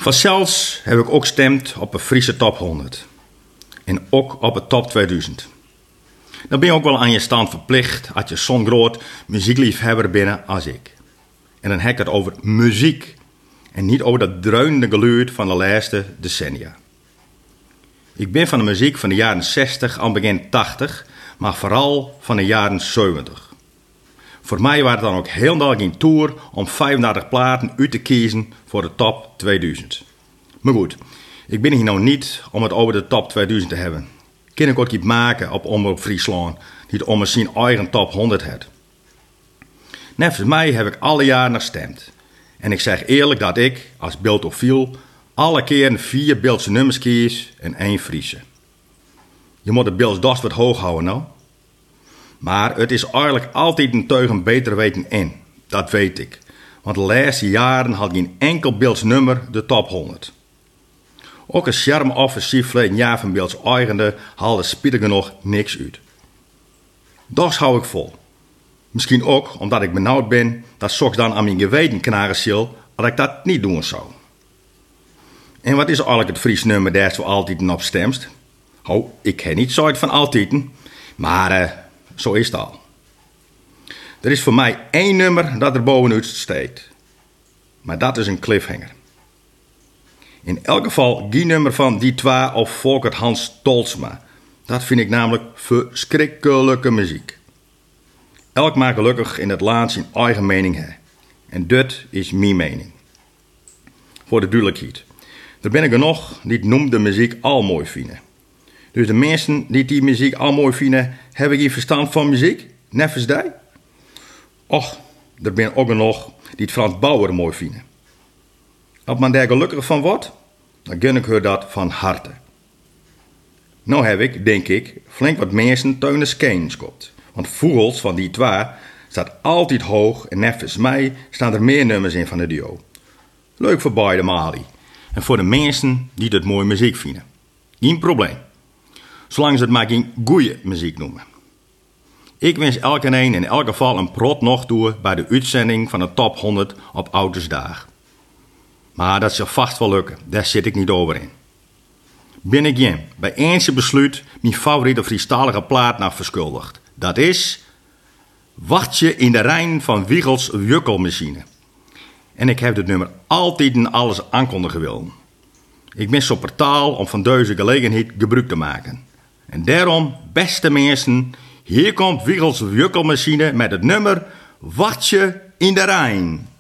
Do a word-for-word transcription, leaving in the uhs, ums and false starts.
Vanzelfs heb ik ook gestemd op een Friese top honderd. En ook op het top tweeduizend. Dan ben je ook wel aan je stand verplicht als je zo'n groot muziekliefhebber binnen als ik. En dan heb ik het over muziek. En niet over dat dreunende geluid van de laatste decennia. Ik ben van de muziek van de jaren zestig aan begin tachtig, maar vooral van de jaren zeventig. Voor mij was het dan ook heel duidelijk een tour om vijfendertig platen uit te kiezen voor de top tweeduizend. Maar goed, ik ben hier nou niet om het over de top tweeduizend te hebben. Kan ik ook iets maken op Omroep Friesland, die het om zijn eigen top honderd heeft. Net voor mij heb ik alle jaren gestemd. En ik zeg eerlijk dat ik, als beeldofiel, alle keren vier Beeldse nummers kies en één Friese. Je moet de Beelds dorst wat hoog houden nou. Maar het is eigenlijk altijd een teugen beter weten in. Dat weet ik. Want de laatste jaren had geen enkel Beelds nummer de top honderd. Ook een charme-offensief verleden jaar van Beelds eigende haalde spietig genoeg niks uit. Dat hou ik vol. Misschien ook omdat ik benauwd ben dat soks dan aan mijn geweten knaren zal als ik dat niet doen zou. En wat is eigenlijk het Fries nummer daar voor altijd op stemst? Oh, ik ken niet zoiets van altijd, maar uh, zo is het al. Er is voor mij één nummer dat er bovenuit steekt. Maar dat is een cliffhanger. In elk geval die nummer van Die Twa of Volkert Hans Tolsma. Dat vind ik namelijk verschrikkelijke muziek. Elk maar gelukkig in het land zijn eigen mening heeft. En dit is mijn mening. Voor de duidelijkheid. Er ben er genoeg die het noemde muziek al mooi vinden. Dus de mensen die die muziek al mooi vinden, hebben geen verstand van muziek? Neffens die? Och, er ben ook genoeg die het Frans Bauer mooi vinden. Als men daar gelukkig van wordt, dan gun ik haar dat van harte. Nou heb ik, denk ik, flink wat mensen tegen de skeen skopt. Want Vogels van Die Twa staat altijd hoog en neffens mij staan er meer nummers in van de duo. Leuk voor beide Mali. En voor de mensen die het mooie muziek vinden. Geen probleem. Zolang ze het maar geen goeie muziek noemen. Ik wens elke een in elk geval een prot nog toe bij de uitzending van de top honderd op Oudersdag. Maar dat zal vast wel lukken, daar zit ik niet over in. Ben ik je bij eentje besluit mijn favoriete Friestalige plaat naar verschuldigd. Dat is Wachtje in de Rijn van Wiegels Jukkelmachine. En ik heb dit nummer altijd en alles aankondigen willen. Ik ben zo portaal om van deze gelegenheid gebruik te maken. En daarom, beste mensen, hier komt Wiegels Jukkelmachine met het nummer Wachtje in de Rijn.